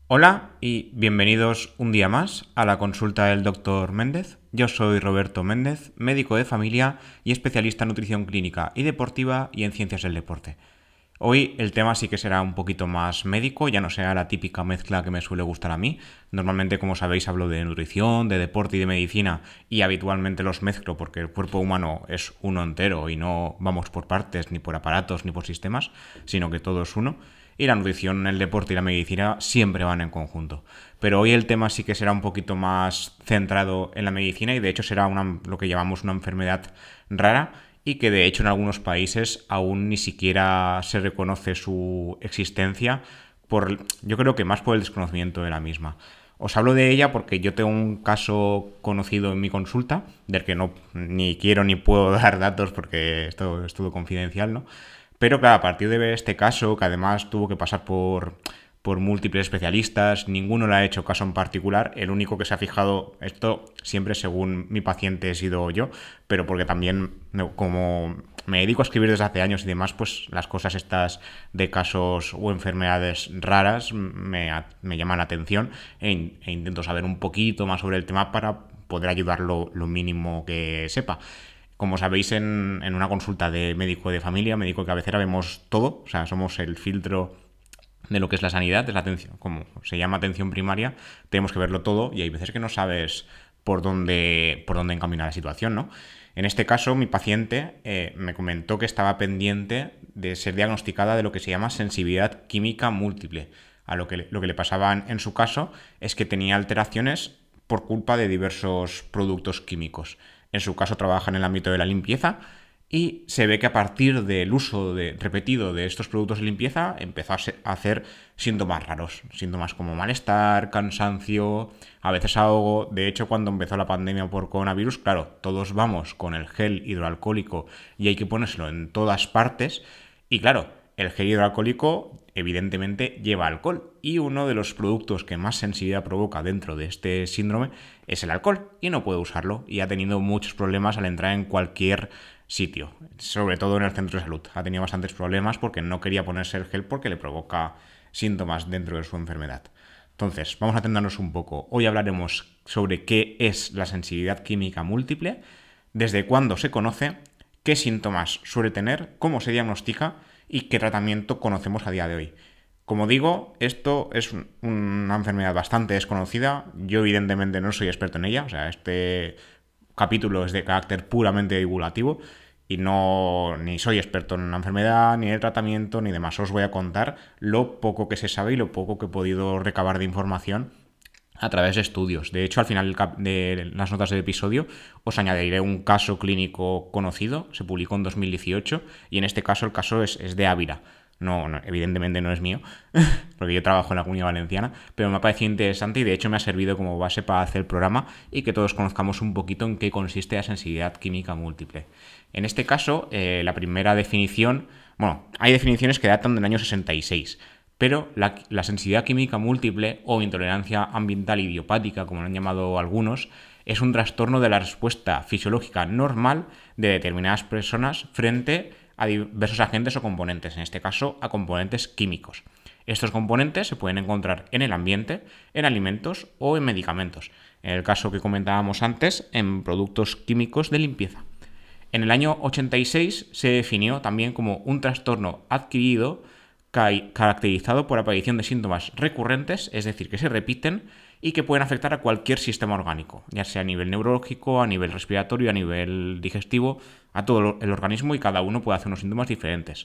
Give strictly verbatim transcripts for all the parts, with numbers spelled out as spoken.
Hola y bienvenidos un día más a la consulta del doctor Méndez. Yo soy Roberto Méndez, médico de familia y especialista en nutrición clínica y deportiva y en ciencias del deporte. Hoy el tema sí que será un poquito más médico, ya no será la típica mezcla que me suele gustar a mí. Normalmente, como sabéis, hablo de nutrición, de deporte y de medicina y habitualmente los mezclo porque el cuerpo humano es uno entero y no vamos por partes, ni por aparatos, ni por sistemas, sino que todo es uno. Y la nutrición, el deporte y la medicina siempre van en conjunto. Pero hoy el tema sí que será un poquito más centrado en la medicina y de hecho será una, lo que llamamos una enfermedad rara y que de hecho en algunos países aún ni siquiera se reconoce su existencia, por, yo creo que más por el desconocimiento de la misma. Os hablo de ella porque yo tengo un caso conocido en mi consulta, del que no ni quiero ni puedo dar datos porque esto es todo confidencial, ¿no? Pero claro, a partir de ver este caso, que además tuvo que pasar por, por múltiples especialistas, ninguno le ha hecho caso en particular, el único que se ha fijado, esto siempre según mi paciente he sido yo, pero porque también como me dedico a escribir desde hace años y demás, pues las cosas estas de casos o enfermedades raras me, me llaman la atención e, e intento saber un poquito más sobre el tema para poder ayudar lo, lo mínimo que sepa. Como sabéis, en, en una consulta de médico de familia, médico de cabecera, vemos todo. O sea, somos el filtro de lo que es la sanidad, de la atención, como se llama atención primaria, tenemos que verlo todo y hay veces que no sabes por dónde, por dónde encaminar la situación, ¿no? En este caso, mi paciente eh, me comentó que estaba pendiente de ser diagnosticada de lo que se llama sensibilidad química múltiple. A lo que, lo que le pasaba en, en su caso es que tenía alteraciones por culpa de diversos productos químicos. En su caso trabaja en el ámbito de la limpieza y se ve que a partir del uso de, repetido de estos productos de limpieza empezó a, se, a hacer síntomas raros, síntomas como malestar, cansancio, a veces ahogo. De hecho, cuando empezó la pandemia por coronavirus, claro, todos vamos con el gel hidroalcohólico y hay que ponérselo en todas partes y claro, el gel hidroalcohólico evidentemente lleva alcohol y uno de los productos que más sensibilidad provoca dentro de este síndrome es el alcohol y no puede usarlo y ha tenido muchos problemas al entrar en cualquier sitio, sobre todo en el centro de salud. Ha tenido bastantes problemas porque no quería ponerse el gel porque le provoca síntomas dentro de su enfermedad. Entonces, vamos a atendernos un poco. Hoy hablaremos sobre qué es la sensibilidad química múltiple, desde cuándo se conoce, qué síntomas suele tener, cómo se diagnostica y qué tratamiento conocemos a día de hoy. Como digo, esto es una enfermedad bastante desconocida. Yo evidentemente no soy experto en ella, o sea, este capítulo es de carácter puramente divulgativo y no ni soy experto en la enfermedad, ni en el tratamiento, ni demás. Os voy a contar lo poco que se sabe y lo poco que he podido recabar de información a través de estudios. De hecho, al final de las notas del episodio os añadiré un caso clínico conocido, se publicó en dos mil dieciocho y en este caso el caso es, es de Ávila. No, no, evidentemente no es mío, porque yo trabajo en la Comunidad Valenciana, pero me ha parecido interesante y de hecho me ha servido como base para hacer el programa y que todos conozcamos un poquito en qué consiste la sensibilidad química múltiple. En este caso, eh, la primera definición, bueno, hay definiciones que datan del año sesenta y seis, pero la, la sensibilidad química múltiple o intolerancia ambiental idiopática, como lo han llamado algunos, es un trastorno de la respuesta fisiológica normal de determinadas personas frente a diversos agentes o componentes, en este caso a componentes químicos. Estos componentes se pueden encontrar en el ambiente, en alimentos o en medicamentos. En el caso que comentábamos antes, en productos químicos de limpieza. En el año ochenta y seis se definió también como un trastorno adquirido caracterizado por aparición de síntomas recurrentes, es decir, que se repiten y que pueden afectar a cualquier sistema orgánico, ya sea a nivel neurológico, a nivel respiratorio, a nivel digestivo, a todo el organismo y cada uno puede hacer unos síntomas diferentes.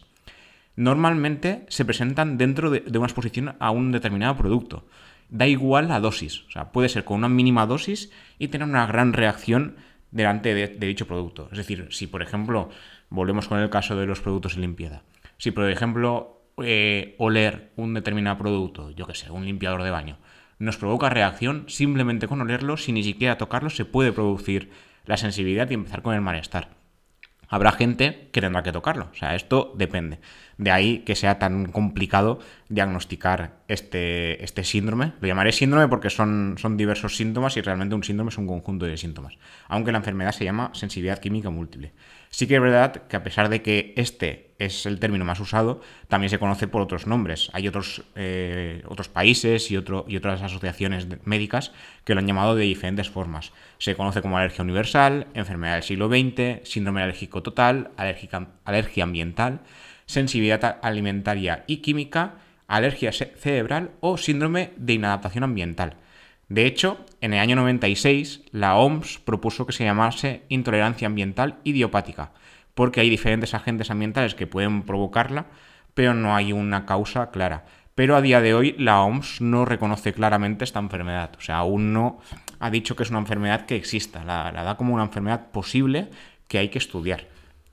Normalmente se presentan dentro de, de una exposición a un determinado producto. Da igual la dosis, o sea, puede ser con una mínima dosis y tener una gran reacción delante de, de dicho producto. Es decir, si por ejemplo, volvemos con el caso de los productos de limpieza, si por ejemplo Eh, oler un determinado producto, yo que sé, un limpiador de baño, nos provoca reacción, simplemente con olerlo, sin ni siquiera tocarlo, se puede producir la sensibilidad y empezar con el malestar. Habrá gente que tendrá que tocarlo, o sea, esto depende. De ahí que sea tan complicado diagnosticar este, este síndrome. Lo llamaré síndrome porque son, son diversos síntomas y realmente un síndrome es un conjunto de síntomas. Aunque la enfermedad se llama sensibilidad química múltiple. Sí que es verdad que a pesar de que este es el término más usado, también se conoce por otros nombres. Hay otros, eh, otros países y, otro, y otras asociaciones médicas que lo han llamado de diferentes formas. Se conoce como alergia universal, enfermedad del siglo veinte, síndrome alérgico total, alérgica, alergia ambiental, sensibilidad alimentaria y química, alergia cerebral o síndrome de inadaptación ambiental. De hecho, en el año noventa y seis, la O M S propuso que se llamase intolerancia ambiental idiopática, porque hay diferentes agentes ambientales que pueden provocarla, pero no hay una causa clara. Pero a día de hoy la O M S no reconoce claramente esta enfermedad, o sea, aún no ha dicho que es una enfermedad que exista, la, la da como una enfermedad posible que hay que estudiar.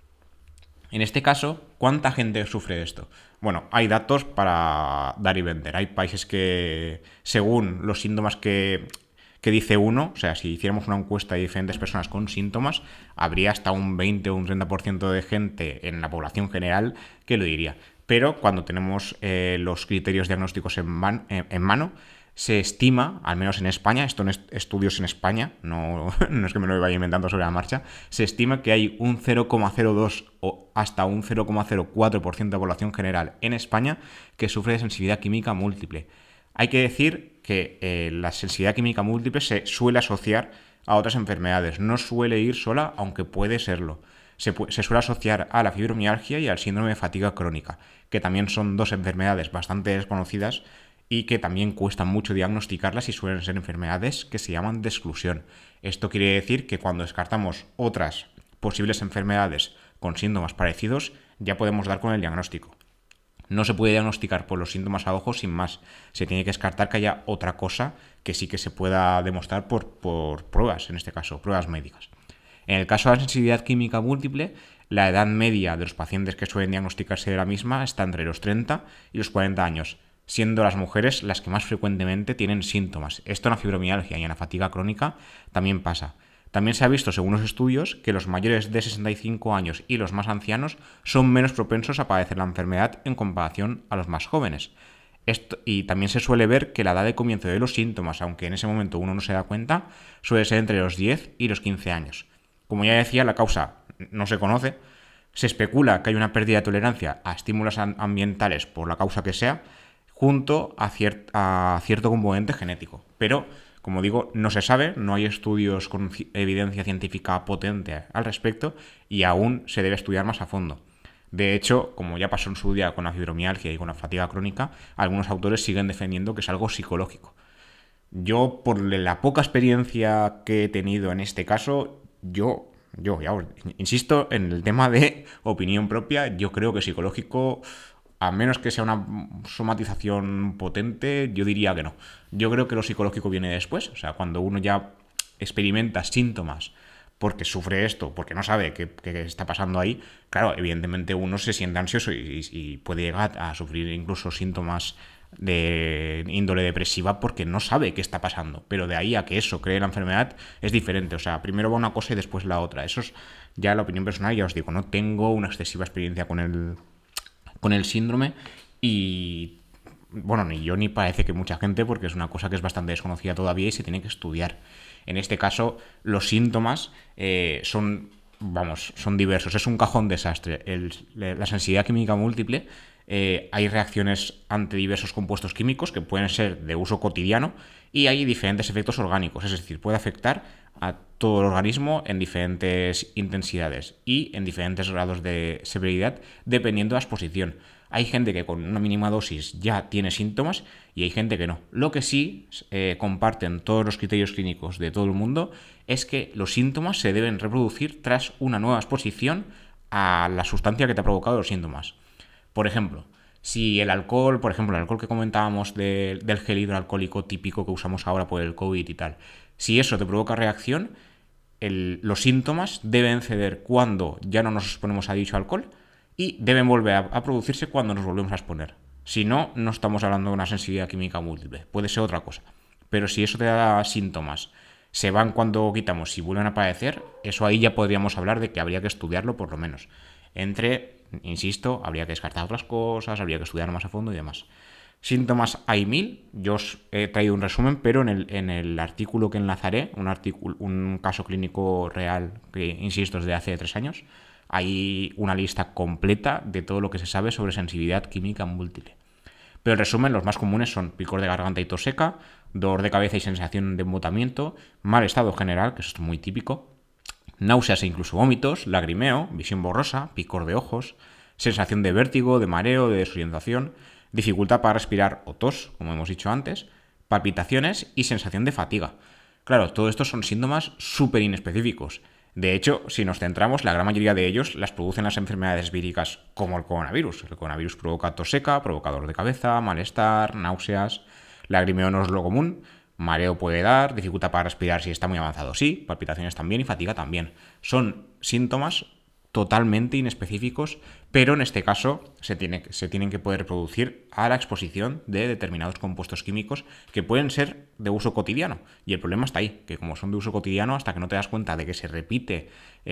En este caso, ¿cuánta gente sufre de esto? Bueno, hay datos para dar y vender. Hay países que, según los síntomas que, que dice uno, o sea, si hiciéramos una encuesta de diferentes personas con síntomas, habría hasta un veinte o un treinta por ciento de gente en la población general que lo diría. Pero cuando tenemos eh, los criterios diagnósticos en, man, en, en mano, se estima, al menos en España, esto en estudios en España, no, no es que me lo vaya inventando sobre la marcha, se estima que hay un cero coma cero dos o hasta un cero coma cero cuatro por ciento de población general en España que sufre de sensibilidad química múltiple. Hay que decir que eh, la sensibilidad química múltiple se suele asociar a otras enfermedades, no suele ir sola, aunque puede serlo. Se, se suele asociar a la fibromialgia y al síndrome de fatiga crónica, que también son dos enfermedades bastante desconocidas y que también cuesta mucho diagnosticarlas y suelen ser enfermedades que se llaman de exclusión. Esto quiere decir que cuando descartamos otras posibles enfermedades con síntomas parecidos, ya podemos dar con el diagnóstico. No se puede diagnosticar por los síntomas a ojo sin más. Se tiene que descartar que haya otra cosa que sí que se pueda demostrar por, por pruebas, en este caso, pruebas médicas. En el caso de la sensibilidad química múltiple, la edad media de los pacientes que suelen diagnosticarse de la misma está entre los treinta y los cuarenta años, siendo las mujeres las que más frecuentemente tienen síntomas. Esto en la fibromialgia y en la fatiga crónica también pasa. También se ha visto, según los estudios, que los mayores de sesenta y cinco años y los más ancianos son menos propensos a padecer la enfermedad en comparación a los más jóvenes. Esto, y también se suele ver que la edad de comienzo de los síntomas, aunque en ese momento uno no se da cuenta, suele ser entre los diez y los quince años. Como ya decía, la causa no se conoce. Se especula que hay una pérdida de tolerancia a estímulos ambientales por la causa que sea, junto a, cier- a cierto componente genético. Pero, como digo, no se sabe, no hay estudios con evidencia científica potente al respecto y aún se debe estudiar más a fondo. De hecho, como ya pasó en su día con la fibromialgia y con la fatiga crónica, algunos autores siguen defendiendo que es algo psicológico. Yo, por la poca experiencia que he tenido en este caso, yo, yo ya os insisto en el tema de opinión propia, yo creo que psicológico, a menos que sea una somatización potente, yo diría que no. Yo creo que lo psicológico viene después, o sea, cuando uno ya experimenta síntomas porque sufre esto, porque no sabe qué, qué está pasando ahí, claro, evidentemente uno se siente ansioso y, y puede llegar a sufrir incluso síntomas de índole depresiva porque no sabe qué está pasando, pero de ahí a que eso cree la enfermedad es diferente, o sea, primero va una cosa y después la otra. Eso es ya la opinión personal, ya os digo, no tengo una excesiva experiencia con el, con el síndrome y, bueno, ni yo ni parece que mucha gente, porque es una cosa que es bastante desconocida todavía y se tiene que estudiar. En este caso, los síntomas eh, son, vamos, son diversos, es un cajón desastre. El, la sensibilidad química múltiple, eh, hay reacciones ante diversos compuestos químicos que pueden ser de uso cotidiano y hay diferentes efectos orgánicos, es decir, puede afectar a todo el organismo en diferentes intensidades y en diferentes grados de severidad dependiendo de la exposición. Hay gente que con una mínima dosis ya tiene síntomas y hay gente que no. Lo que sí eh, comparten todos los criterios clínicos de todo el mundo es que los síntomas se deben reproducir tras una nueva exposición a la sustancia que te ha provocado los síntomas. Por ejemplo, si el alcohol, por ejemplo, el alcohol que comentábamos de, del gel hidroalcohólico típico que usamos ahora por el COVID y tal, si eso te provoca reacción, el, los síntomas deben ceder cuando ya no nos exponemos a dicho alcohol y deben volver a, a producirse cuando nos volvemos a exponer. Si no, no estamos hablando de una sensibilidad química múltiple, puede ser otra cosa. Pero si eso te da síntomas, se van cuando quitamos y vuelven a aparecer, eso ahí ya podríamos hablar de que habría que estudiarlo por lo menos. Entre, insisto, habría que descartar otras cosas, habría que estudiarlo más a fondo y demás. Síntomas hay mil, yo os he traído un resumen, pero en el, en el artículo que enlazaré, un, artículo, un caso clínico real que, insisto, es de hace tres años, hay una lista completa de todo lo que se sabe sobre sensibilidad química múltiple. Pero en resumen, los más comunes son picor de garganta y tos seca, dolor de cabeza y sensación de embotamiento, mal estado general, que eso es muy típico, náuseas e incluso vómitos, lagrimeo, visión borrosa, picor de ojos, sensación de vértigo, de mareo, de desorientación, dificultad para respirar o tos, como hemos dicho antes, palpitaciones y sensación de fatiga. Claro, todo esto son síntomas súper inespecíficos. De hecho, si nos centramos, la gran mayoría de ellos las producen las enfermedades víricas como el coronavirus. El coronavirus provoca tos seca, provoca dolor de cabeza, malestar, náuseas, lagrimeo no es lo común, mareo puede dar, dificultad para respirar si está muy avanzado sí, palpitaciones también y fatiga también. Son síntomas totalmente inespecíficos, pero en este caso se, tiene, se tienen que poder producir a la exposición de determinados compuestos químicos que pueden ser de uso cotidiano. Y el problema está ahí, que como son de uso cotidiano, hasta que no te das cuenta de que se repite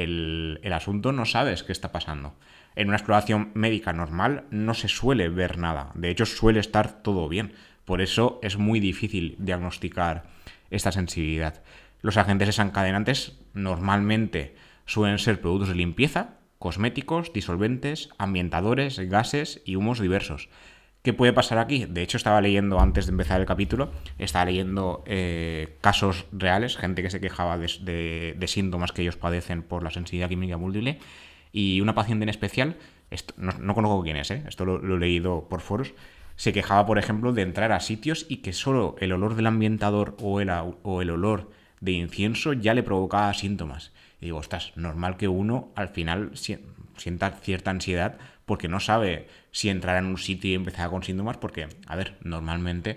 el, el asunto, no sabes qué está pasando. En una exploración médica normal no se suele ver nada, de hecho suele estar todo bien. Por eso es muy difícil diagnosticar esta sensibilidad. Los agentes desencadenantes normalmente suelen ser productos de limpieza, cosméticos, disolventes, ambientadores, gases y humos diversos. ¿Qué puede pasar aquí? De hecho, estaba leyendo antes de empezar el capítulo, estaba leyendo eh, casos reales, gente que se quejaba de, de, de síntomas que ellos padecen por la sensibilidad química múltiple, y una paciente en especial, esto, no, no conozco quién es, ¿eh? Esto lo, lo he leído por foros, se quejaba, por ejemplo, de entrar a sitios y que solo el olor del ambientador o el, o el olor de incienso ya le provocaba síntomas. Y digo, ostras, normal que uno al final sienta cierta ansiedad porque no sabe si entrar en un sitio y empezar con síntomas, porque, a ver, normalmente,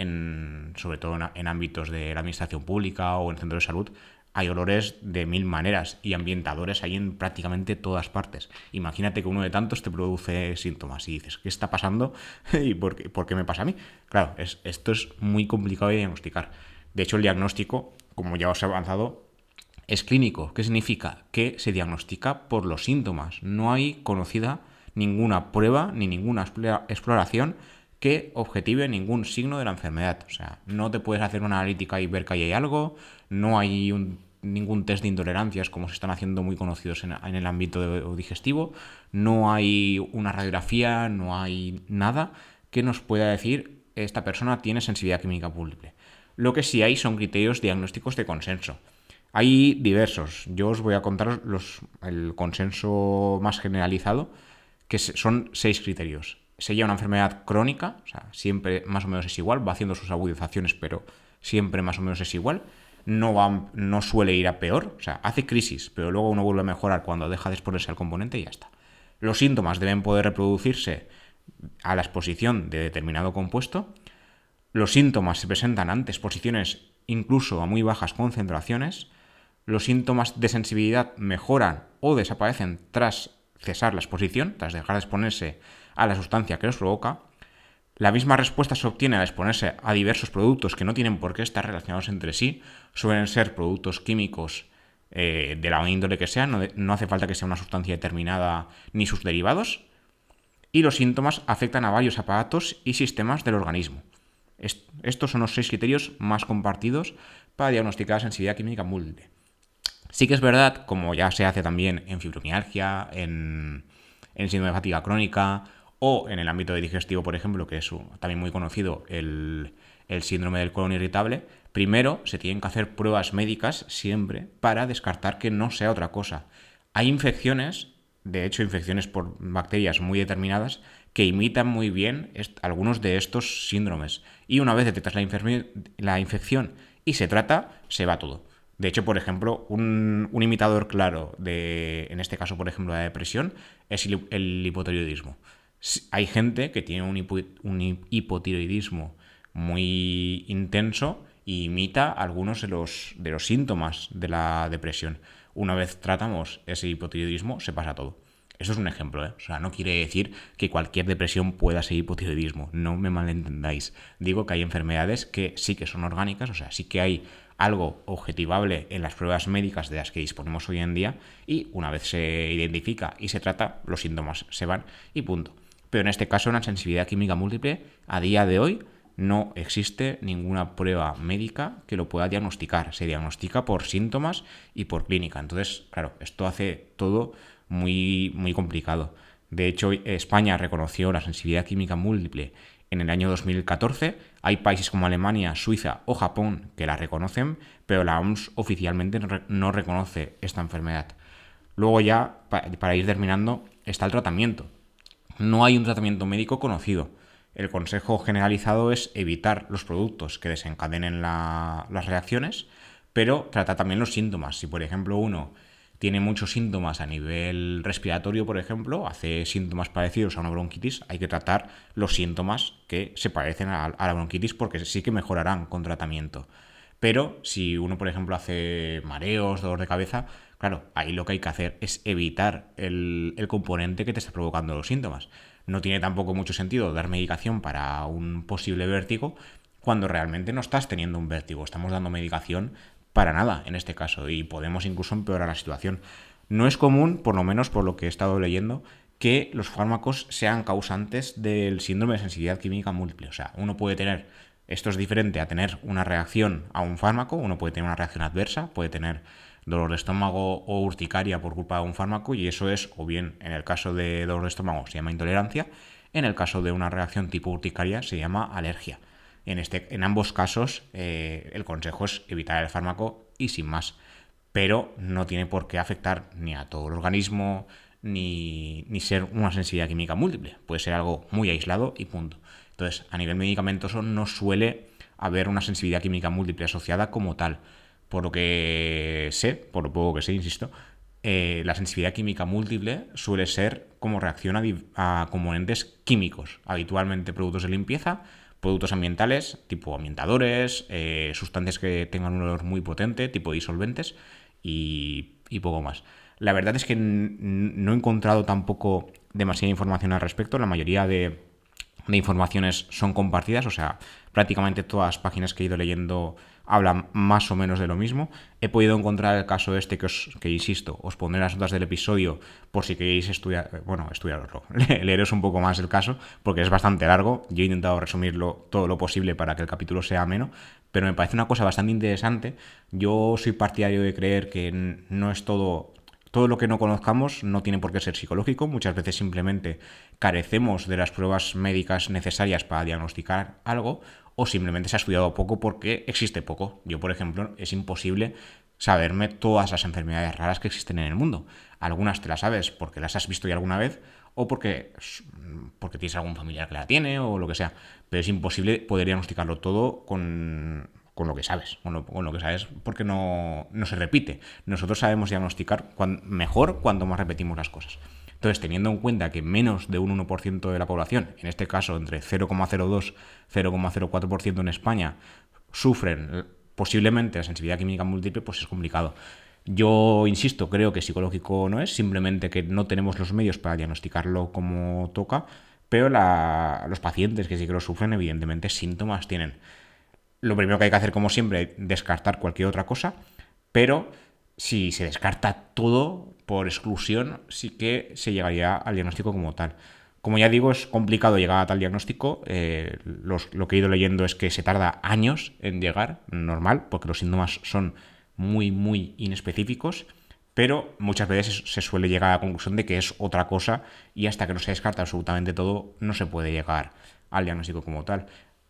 en, sobre todo en, en ámbitos de la administración pública o en centros de salud, hay olores de mil maneras y ambientadores hay en prácticamente todas partes. Imagínate que uno de tantos te produce síntomas y dices, ¿qué está pasando? ¿Y por qué, por qué me pasa a mí? Claro, es, esto es muy complicado de diagnosticar. De hecho, el diagnóstico, como ya os he avanzado, es clínico. ¿Qué significa? Que se diagnostica por los síntomas. No hay conocida ninguna prueba ni ninguna exploración que objetive ningún signo de la enfermedad. O sea, no te puedes hacer una analítica y ver que ahí hay algo, no hay un, ningún test de intolerancias como se están haciendo muy conocidos en, en el ámbito de, digestivo, no hay una radiografía, no hay nada que nos pueda decir esta persona tiene sensibilidad química múltiple. Lo que sí hay son criterios diagnósticos de consenso. Hay diversos. Yo os voy a contar los, el consenso más generalizado, que son seis criterios. Sería una enfermedad crónica, o sea, siempre más o menos es igual, va haciendo sus agudizaciones, pero siempre más o menos es igual. No, va, no suele ir a peor, o sea, hace crisis, pero luego uno vuelve a mejorar cuando deja de exponerse al componente y ya está. Los síntomas deben poder reproducirse a la exposición de determinado compuesto. Los síntomas se presentan ante exposiciones incluso a muy bajas concentraciones. Los síntomas de sensibilidad mejoran o desaparecen tras cesar la exposición, tras dejar de exponerse a la sustancia que los provoca. La misma respuesta se obtiene al exponerse a diversos productos que no tienen por qué estar relacionados entre sí. Suelen ser productos químicos eh, de la índole que sea, no, de, no hace falta que sea una sustancia determinada ni sus derivados. Y los síntomas afectan a varios aparatos y sistemas del organismo. Est- estos son los seis criterios más compartidos para diagnosticar sensibilidad química múltiple. Sí que es verdad, como ya se hace también en fibromialgia, en, en síndrome de fatiga crónica o en el ámbito de digestivo, por ejemplo, que es también muy conocido, el, el síndrome del colon irritable, primero se tienen que hacer pruebas médicas siempre para descartar que no sea otra cosa. Hay infecciones, de hecho infecciones por bacterias muy determinadas, que imitan muy bien est- algunos de estos síndromes. Y una vez detectas la, infer- la infección y se trata, se va todo. De hecho, por ejemplo, un, un imitador claro de, en este caso, por ejemplo, de la depresión, es el, el hipotiroidismo. Hay gente que tiene un, hipo, un hipotiroidismo muy intenso y imita algunos de los, de los síntomas de la depresión. Una vez tratamos ese hipotiroidismo, se pasa todo. Eso es un ejemplo, ¿eh? O sea, no quiere decir que cualquier depresión pueda ser hipotiroidismo. No me malentendáis. Digo que hay enfermedades que sí que son orgánicas, o sea, sí que hay algo objetivable en las pruebas médicas de las que disponemos hoy en día y una vez se identifica y se trata, los síntomas se van y punto. Pero en este caso, una sensibilidad química múltiple, a día de hoy, no existe ninguna prueba médica que lo pueda diagnosticar. Se diagnostica por síntomas y por clínica. Entonces, claro, esto hace todo muy, muy complicado. De hecho, España reconoció la sensibilidad química múltiple en el año dos mil catorce. Hay países como Alemania, Suiza o Japón que la reconocen, pero la O M S oficialmente no reconoce esta enfermedad. Luego ya, para ir terminando, está el tratamiento. No hay un tratamiento médico conocido. El consejo generalizado es evitar los productos que desencadenen la, las reacciones, pero tratar también los síntomas. Si, por ejemplo, uno tiene muchos síntomas a nivel respiratorio, por ejemplo, hace síntomas parecidos a una bronquitis, hay que tratar los síntomas que se parecen a, a la bronquitis porque sí que mejorarán con tratamiento. Pero si uno, por ejemplo, hace mareos, dolor de cabeza, claro, ahí lo que hay que hacer es evitar el, el componente que te está provocando los síntomas. No tiene tampoco mucho sentido dar medicación para un posible vértigo cuando realmente no estás teniendo un vértigo. Estamos dando medicación para nada en este caso y podemos incluso empeorar la situación. No es común, por lo menos por lo que he estado leyendo, que los fármacos sean causantes del síndrome de sensibilidad química múltiple. O sea, uno puede tener, esto es diferente a tener una reacción a un fármaco, uno puede tener una reacción adversa, puede tener dolor de estómago o urticaria por culpa de un fármaco y eso es, o bien en el caso de dolor de estómago se llama intolerancia, en el caso de una reacción tipo urticaria se llama alergia. En, este, en ambos casos eh, el consejo es evitar el fármaco y sin más, pero no tiene por qué afectar ni a todo el organismo ni, ni ser una sensibilidad química múltiple, puede ser algo muy aislado y punto. Entonces, a nivel medicamentoso no suele haber una sensibilidad química múltiple asociada como tal. Por lo que sé, por lo poco que sé, insisto, eh, la sensibilidad química múltiple suele ser como reacción a, a componentes químicos, habitualmente productos de limpieza, productos ambientales, tipo ambientadores, eh, sustancias que tengan un olor muy potente, tipo disolventes, y, y poco más. La verdad es que n- no he encontrado tampoco demasiada información al respecto. La mayoría de, de informaciones son compartidas, o sea, prácticamente todas las páginas que he ido leyendo hablan más o menos de lo mismo. He podido encontrar el caso este que, os, que insisto, os pondré las notas del episodio por si queréis estudiar, bueno, estudiarlo, leeros un poco más el caso, porque es bastante largo. Yo he intentado resumirlo todo lo posible para que el capítulo sea ameno, pero me parece una cosa bastante interesante. Yo soy partidario de creer que no es todo... Todo lo que no conozcamos no tiene por qué ser psicológico. Muchas veces simplemente carecemos de las pruebas médicas necesarias para diagnosticar algo o simplemente se ha estudiado poco porque existe poco. Yo, por ejemplo, es imposible saberme todas las enfermedades raras que existen en el mundo. Algunas te las sabes porque las has visto ya alguna vez o porque, porque tienes algún familiar que la tiene o lo que sea. Pero es imposible poder diagnosticarlo todo con... con lo que sabes, con lo, con lo que sabes, porque no, no se repite. Nosotros sabemos diagnosticar cuan, mejor cuanto más repetimos las cosas. Entonces, teniendo en cuenta que menos de un uno por ciento de la población, en este caso entre cero coma cero dos y cero coma cero cuatro por ciento en España, sufren posiblemente la sensibilidad química múltiple, pues es complicado. Yo insisto, creo que psicológico no es, simplemente que no tenemos los medios para diagnosticarlo como toca, pero la, los pacientes que sí que lo sufren, evidentemente, síntomas tienen. Lo primero que hay que hacer, como siempre, es descartar cualquier otra cosa, pero si se descarta todo por exclusión, sí que se llegaría al diagnóstico como tal. Como ya digo, es complicado llegar a tal diagnóstico. Eh, los, lo que he ido leyendo es que se tarda años en llegar, normal, porque los síntomas son muy, muy inespecíficos, pero muchas veces se suele llegar a la conclusión de que es otra cosa y hasta que no se descarta absolutamente todo, no se puede llegar al diagnóstico como tal.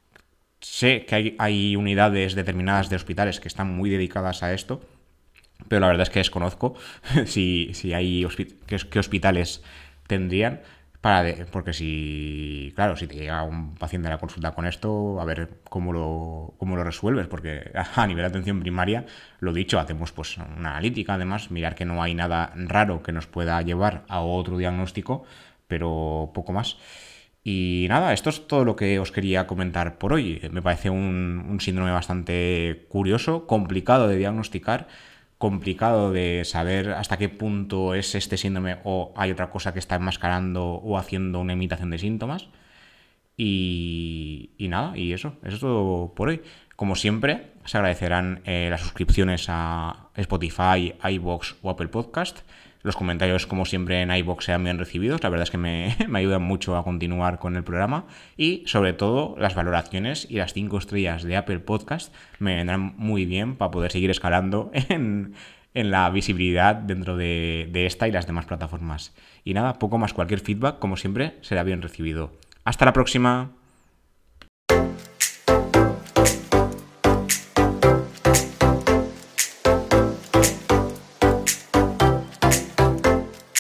Sé que hay, hay unidades determinadas de hospitales que están muy dedicadas a esto, pero la verdad es que desconozco si, si hay hospi- qué, qué hospitales tendrían. Para de, porque si, claro, si te llega un paciente a la consulta con esto, a ver cómo lo, cómo lo resuelves, porque a nivel de atención primaria, lo dicho, hacemos pues una analítica, además, mirar que no hay nada raro que nos pueda llevar a otro diagnóstico, pero poco más. Y nada, esto es todo lo que os quería comentar por hoy. Me parece un, un síndrome bastante curioso, complicado de diagnosticar, complicado de saber hasta qué punto es este síndrome o hay otra cosa que está enmascarando o haciendo una imitación de síntomas. Y, y nada, y eso, eso es todo por hoy. Como siempre, se agradecerán eh, las suscripciones a Spotify, iVoox o Apple Podcast. Los comentarios, como siempre, en iVoox sean bien recibidos. La verdad es que me, me ayudan mucho a continuar con el programa. Y, sobre todo, las valoraciones y las cinco estrellas de Apple Podcast me vendrán muy bien para poder seguir escalando en, en la visibilidad dentro de, de esta y las demás plataformas. Y nada, poco más, cualquier feedback, como siempre, será bien recibido. Hasta la próxima.